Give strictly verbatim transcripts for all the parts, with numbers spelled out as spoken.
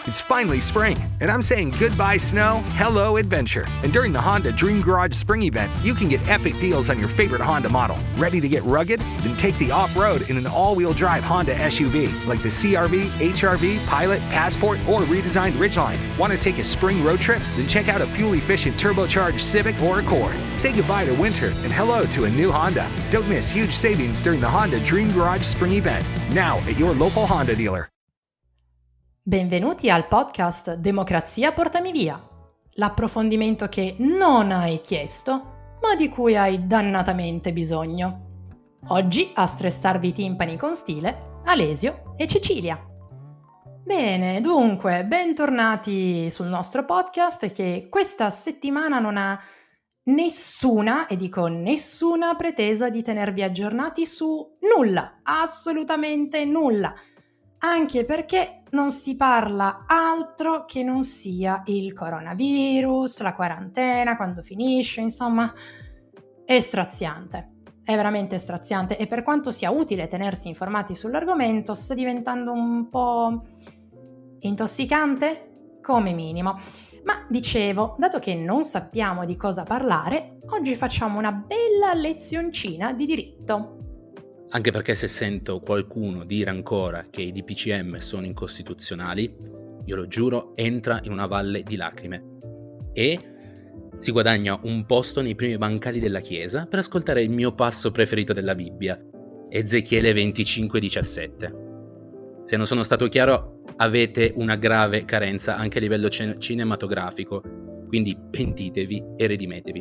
It's finally spring, and I'm saying goodbye snow, hello adventure. And during the Honda Dream Garage Spring Event, you can get epic deals on your favorite Honda model. Ready to get rugged? Then take the off-road in an all-wheel drive Honda S U V, like the C R V, H R V, Pilot, Passport, or redesigned Ridgeline. Want to take a spring road trip? Then check out a fuel-efficient turbocharged Civic or Accord. Say goodbye to winter and hello to a new Honda. Don't miss huge savings during the Honda Dream Garage Spring Event, now at your local Honda dealer. Benvenuti al podcast Democrazia Portami Via, l'approfondimento che non hai chiesto, ma di cui hai dannatamente bisogno. Oggi a stressarvi i timpani con stile, Alesio e Cecilia. Bene, dunque, bentornati sul nostro podcast che questa settimana non ha nessuna, e dico nessuna, pretesa di tenervi aggiornati su nulla, assolutamente nulla. Anche perché non si parla altro che non sia il coronavirus, la quarantena, quando finisce, insomma, è straziante, è veramente straziante e per quanto sia utile tenersi informati sull'argomento, sta diventando un po' intossicante, come minimo. Ma dicevo, dato che non sappiamo di cosa parlare, oggi facciamo una bella lezioncina di diritto. Anche perché se sento qualcuno dire ancora che i D P C M sono incostituzionali, io lo giuro, entra in una valle di lacrime e si guadagna un posto nei primi bancali della chiesa per ascoltare il mio passo preferito della Bibbia, Ezechiele venticinque diciassette. Se non sono stato chiaro, avete una grave carenza anche a livello cin- cinematografico, quindi pentitevi e redimetevi.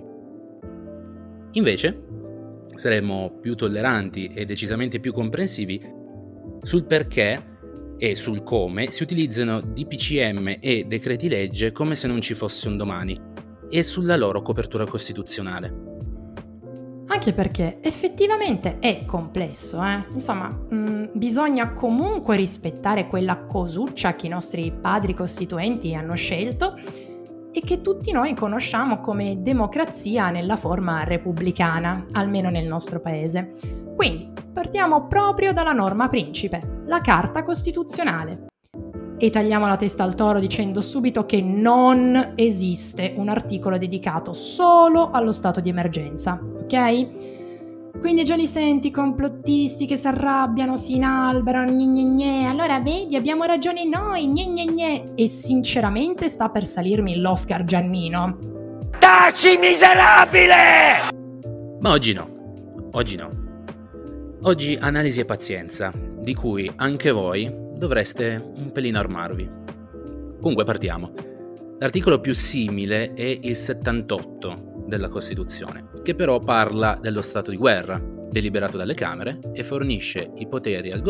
Invece saremo più tolleranti e decisamente più comprensivi sul perché e sul come si utilizzano D P C M e decreti legge come se non ci fosse un domani e sulla loro copertura costituzionale. Anche perché effettivamente è complesso, eh? Insomma, mh, bisogna comunque rispettare quella cosuccia che i nostri padri costituenti hanno scelto e che tutti noi conosciamo come democrazia nella forma repubblicana, almeno nel nostro paese. Quindi partiamo proprio dalla norma principe, la Carta Costituzionale. E tagliamo la testa al toro dicendo subito che non esiste un articolo dedicato solo allo stato di emergenza, ok? Quindi già li senti complottisti che si arrabbiano, si inalberano, gne gne gne, allora vedi abbiamo ragione noi, gne gne gne, e sinceramente sta per salirmi l'Oscar Giannino. Taci miserabile! Ma oggi no, oggi no. Oggi analisi e pazienza, di cui anche voi dovreste un pelino armarvi. Comunque partiamo. L'articolo più simile è il settantotto della Costituzione, che però parla dello stato di guerra, deliberato dalle Camere, e fornisce i poteri al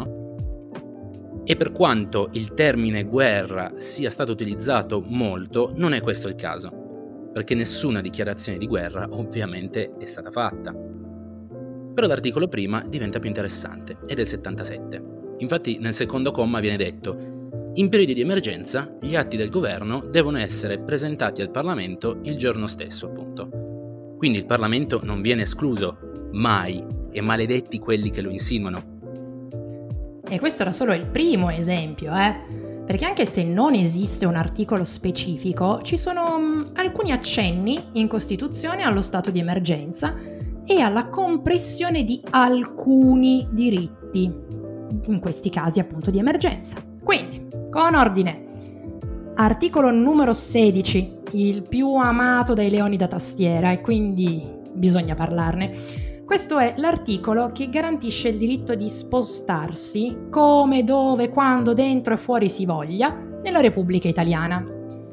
governo. E per quanto il termine guerra sia stato utilizzato molto, non è questo il caso, perché nessuna dichiarazione di guerra ovviamente è stata fatta. Però l'articolo prima diventa più interessante, ed è il settantasette. Infatti nel secondo comma viene detto: in periodi di emergenza gli atti del governo devono essere presentati al Parlamento il giorno stesso, appunto. Quindi il Parlamento non viene escluso, mai, e maledetti quelli che lo insinuano. E questo era solo il primo esempio, eh? Perché anche se non esiste un articolo specifico, ci sono mh, alcuni accenni in Costituzione allo stato di emergenza e alla compressione di alcuni diritti, in questi casi appunto di emergenza. Quindi, con ordine, articolo numero sedici, il più amato dai leoni da tastiera e quindi bisogna parlarne. Questo è l'articolo che garantisce il diritto di spostarsi come, dove, quando, dentro e fuori si voglia nella Repubblica Italiana.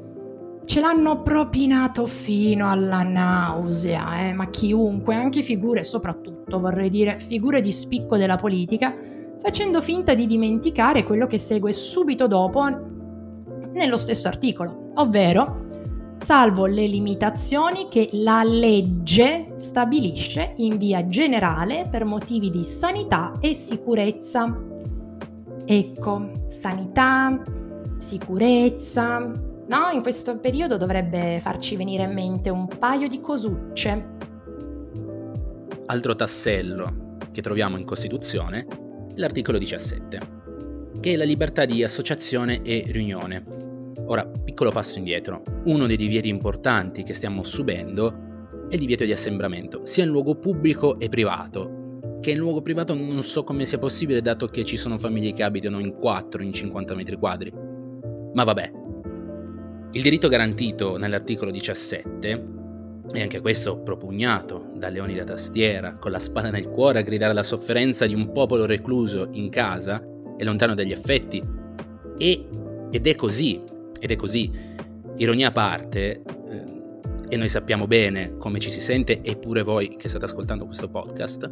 Ce l'hanno propinato fino alla nausea, eh? Ma chiunque, anche figure, soprattutto vorrei dire figure di spicco della politica, facendo finta di dimenticare quello che segue subito dopo nello stesso articolo, ovvero salvo le limitazioni che la legge stabilisce in via generale per motivi di sanità e sicurezza. Ecco, sanità, sicurezza, no? In questo periodo dovrebbe farci venire in mente un paio di cosucce. Altro tassello che troviamo in Costituzione è l'articolo diciassette. che è la libertà di associazione e riunione. Ora, piccolo passo indietro. Uno dei divieti importanti che stiamo subendo è il divieto di assembramento, sia in luogo pubblico e privato, che in luogo privato non so come sia possibile dato che ci sono famiglie che abitano in quattro in cinquanta metri quadri. Ma vabbè. Il diritto garantito nell'articolo diciassette, e anche questo propugnato da leoni da tastiera, con la spada nel cuore a gridare la sofferenza di un popolo recluso in casa e lontano dagli affetti, e, ed è così, ed è così, ironia a parte, eh, e noi sappiamo bene come ci si sente, e pure voi che state ascoltando questo podcast,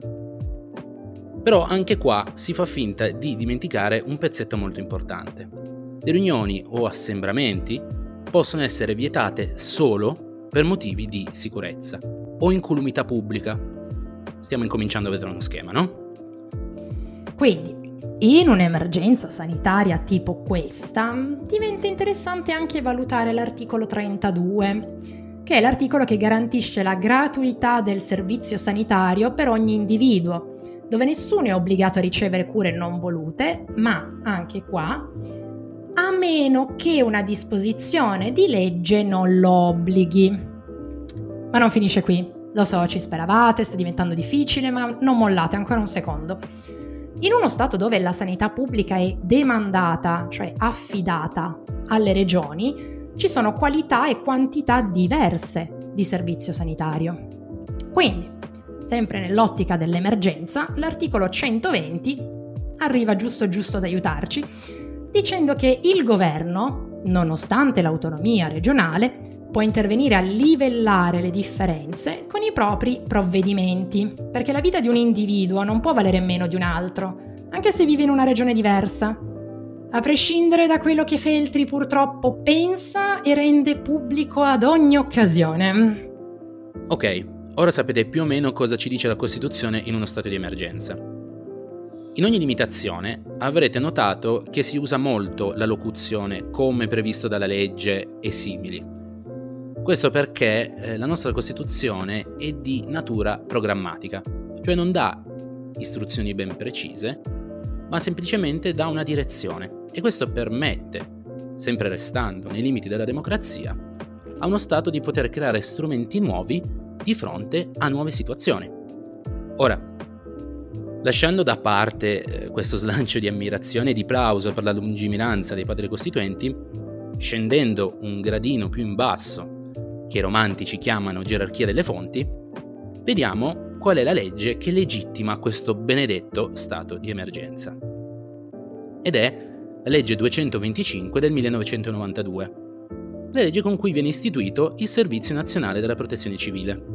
però anche qua si fa finta di dimenticare un pezzetto molto importante. Le riunioni o assembramenti possono essere vietate solo per motivi di sicurezza o incolumità pubblica. Stiamo incominciando a vedere uno schema, no? Quindi, in un'emergenza sanitaria tipo questa, diventa interessante anche valutare l'articolo trentadue, che è l'articolo che garantisce la gratuità del servizio sanitario per ogni individuo, dove nessuno è obbligato a ricevere cure non volute, ma anche qua, a meno che una disposizione di legge non lo obblighi. Ma non finisce qui. Lo so, ci speravate, sta diventando difficile, ma non mollate ancora un secondo. In uno stato dove la sanità pubblica è demandata, cioè affidata alle regioni, ci sono qualità e quantità diverse di servizio sanitario. Quindi, sempre nell'ottica dell'emergenza, l'articolo centoventi arriva giusto giusto ad aiutarci, dicendo che il governo, nonostante l'autonomia regionale, può intervenire a livellare le differenze con i propri provvedimenti, perché la vita di un individuo non può valere meno di un altro, anche se vive in una regione diversa, a prescindere da quello che Feltri purtroppo pensa e rende pubblico ad ogni occasione. Ok, ora sapete più o meno cosa ci dice la Costituzione in uno stato di emergenza. In ogni limitazione avrete notato che si usa molto la locuzione come previsto dalla legge e simili. Questo perché eh, la nostra Costituzione è di natura programmatica, cioè non dà istruzioni ben precise, ma semplicemente dà una direzione, e questo permette, sempre restando nei limiti della democrazia, a uno Stato di poter creare strumenti nuovi di fronte a nuove situazioni. Ora, lasciando da parte eh, questo slancio di ammirazione e di plauso per la lungimiranza dei padri costituenti, scendendo un gradino più in basso, che i romantici chiamano gerarchia delle fonti, vediamo qual è la legge che legittima questo benedetto stato di emergenza. Ed è la legge duecentoventicinque del millenovecentonovantadue, la legge con cui viene istituito il Servizio Nazionale della Protezione Civile.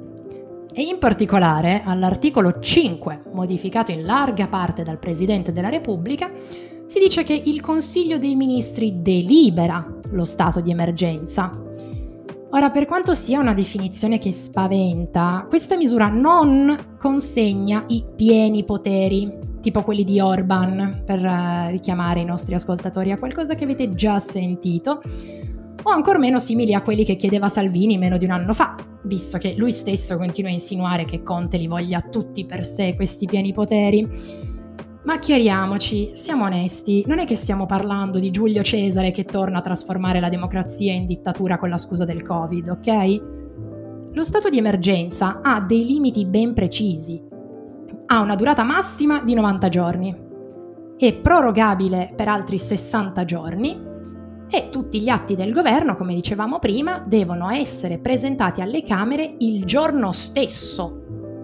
E in particolare all'articolo cinque, modificato in larga parte dal Presidente della Repubblica, si dice che il Consiglio dei Ministri delibera lo stato di emergenza. Ora, per quanto sia una definizione che spaventa, questa misura non consegna i pieni poteri, tipo quelli di Orban, per uh, richiamare i nostri ascoltatori a qualcosa che avete già sentito, o ancor meno simili a quelli che chiedeva Salvini meno di un anno fa, visto che lui stesso continua a insinuare che Conte li voglia tutti per sé questi pieni poteri. Ma chiariamoci, siamo onesti, non è che stiamo parlando di Giulio Cesare che torna a trasformare la democrazia in dittatura con la scusa del Covid, ok? Lo stato di emergenza ha dei limiti ben precisi. Ha una durata massima di novanta giorni, è prorogabile per altri sessanta giorni e tutti gli atti del governo, come dicevamo prima, devono essere presentati alle Camere il giorno stesso.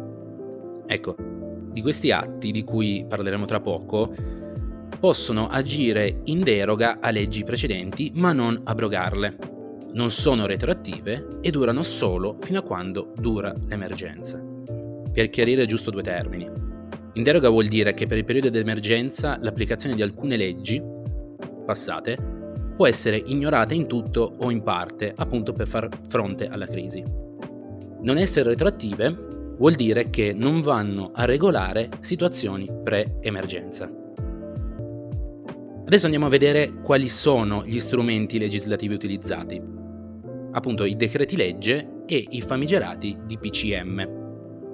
Ecco, di questi atti, di cui parleremo tra poco, possono agire in deroga a leggi precedenti, ma non abrogarle. Non sono retroattive e durano solo fino a quando dura l'emergenza. Per chiarire giusto due termini. In deroga vuol dire che per il periodo d'emergenza l'applicazione di alcune leggi passate può essere ignorata in tutto o in parte, appunto per far fronte alla crisi. Non essere retroattive vuol dire che non vanno a regolare situazioni pre-emergenza. Adesso andiamo a vedere quali sono gli strumenti legislativi utilizzati. Appunto i decreti legge e i famigerati D P C M.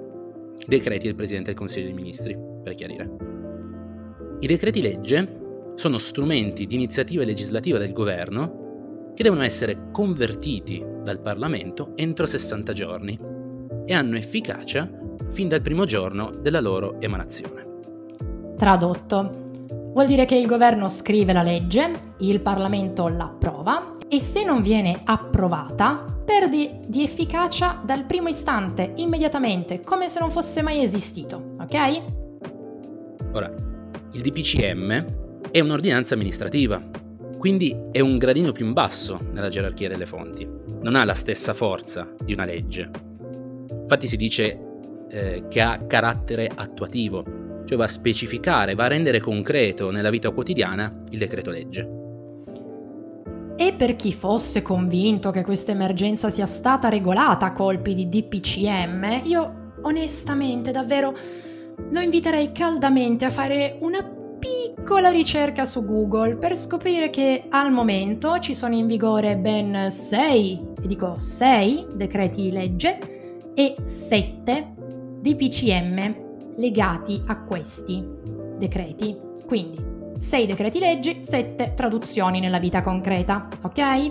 Decreti del Presidente del Consiglio dei Ministri, per chiarire. I decreti legge sono strumenti di iniziativa legislativa del governo che devono essere convertiti dal Parlamento entro sessanta giorni e hanno efficacia fin dal primo giorno della loro emanazione. Tradotto, vuol dire che il governo scrive la legge, il Parlamento l'approva e se non viene approvata perde di efficacia dal primo istante, immediatamente, come se non fosse mai esistito, ok? Ora, il D P C M è un'ordinanza amministrativa, quindi è un gradino più in basso nella gerarchia delle fonti. Non ha la stessa forza di una legge. Infatti si dice eh, che ha carattere attuativo, cioè va a specificare, va a rendere concreto nella vita quotidiana il decreto legge. E per chi fosse convinto che questa emergenza sia stata regolata a colpi di D P C M, io onestamente davvero lo inviterei caldamente a fare una piccola ricerca su Google per scoprire che al momento ci sono in vigore ben sei, e dico sei, decreti legge e sette D P C M legati a questi decreti. Quindi sei decreti legge, sette traduzioni nella vita concreta, ok?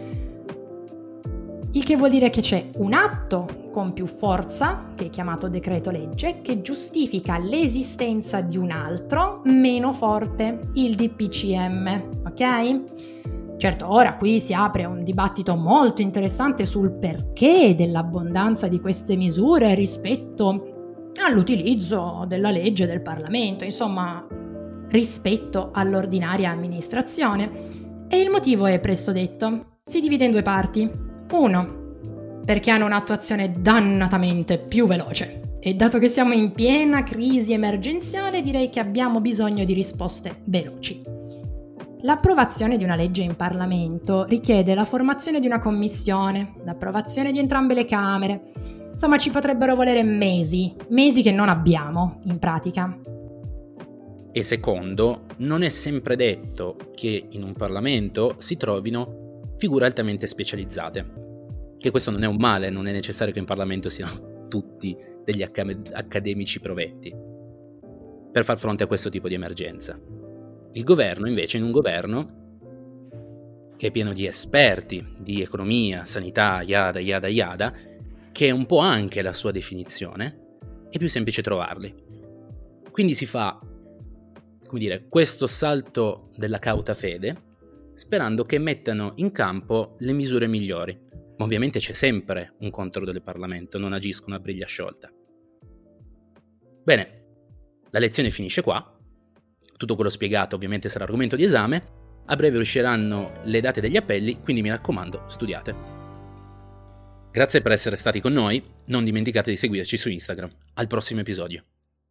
Il che vuol dire che c'è un atto con più forza, che è chiamato decreto legge, che giustifica l'esistenza di un altro meno forte, il D P C M, ok? Certo, ora qui si apre un dibattito molto interessante sul perché dell'abbondanza di queste misure rispetto all'utilizzo della legge del Parlamento, insomma, rispetto all'ordinaria amministrazione. E il motivo è presto detto. Si divide in due parti. Uno, perché hanno un'attuazione dannatamente più veloce. E dato che siamo in piena crisi emergenziale, direi che abbiamo bisogno di risposte veloci. L'approvazione di una legge in Parlamento richiede la formazione di una commissione, l'approvazione di entrambe le Camere. Insomma, ci potrebbero volere mesi, mesi che non abbiamo, in pratica. E secondo, non è sempre detto che in un Parlamento si trovino figure altamente specializzate. Che questo non è un male, non è necessario che in Parlamento siano tutti degli accad- accademici provetti per far fronte a questo tipo di emergenza. Il governo, invece, in un governo che è pieno di esperti di economia, sanità, yada, yada, yada, che è un po' anche la sua definizione, è più semplice trovarli. Quindi si fa, come dire, questo salto della cauta fede, sperando che mettano in campo le misure migliori. Ma ovviamente c'è sempre un controllo del Parlamento, non agiscono a briglia sciolta. Bene, la lezione finisce qua. Tutto quello spiegato ovviamente sarà argomento di esame. A breve usciranno le date degli appelli, quindi mi raccomando, studiate. Grazie per essere stati con noi, non dimenticate di seguirci su Instagram. Al prossimo episodio.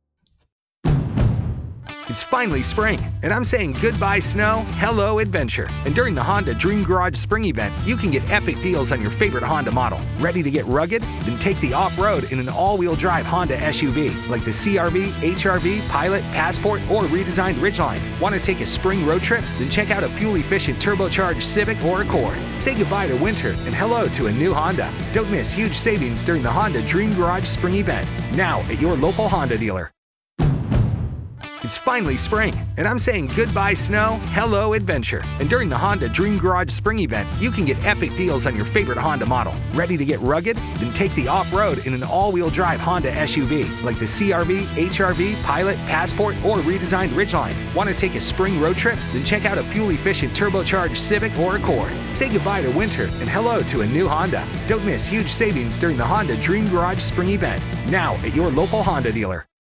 It's finally spring, and I'm saying goodbye snow, hello adventure. And during the Honda Dream Garage Spring Event, you can get epic deals on your favorite Honda model. Ready to get rugged? Then take the off-road in an all-wheel drive Honda S U V, like the C R V, H R V, Pilot, Passport, or redesigned Ridgeline. Want to take a spring road trip? Then check out a fuel-efficient turbocharged Civic or Accord. Say goodbye to winter and hello to a new Honda. Don't miss huge savings during the Honda Dream Garage Spring Event, now at your local Honda dealer. It's finally spring, and I'm saying goodbye snow, hello adventure. And during the Honda Dream Garage Spring Event, you can get epic deals on your favorite Honda model. Ready to get rugged? Then take the off-road in an all-wheel drive Honda S U V, like the C R V, H R V, Pilot, Passport, or redesigned Ridgeline. Want to take a spring road trip? Then check out a fuel-efficient turbocharged Civic or Accord. Say goodbye to winter and hello to a new Honda. Don't miss huge savings during the Honda Dream Garage Spring Event, now at your local Honda dealer.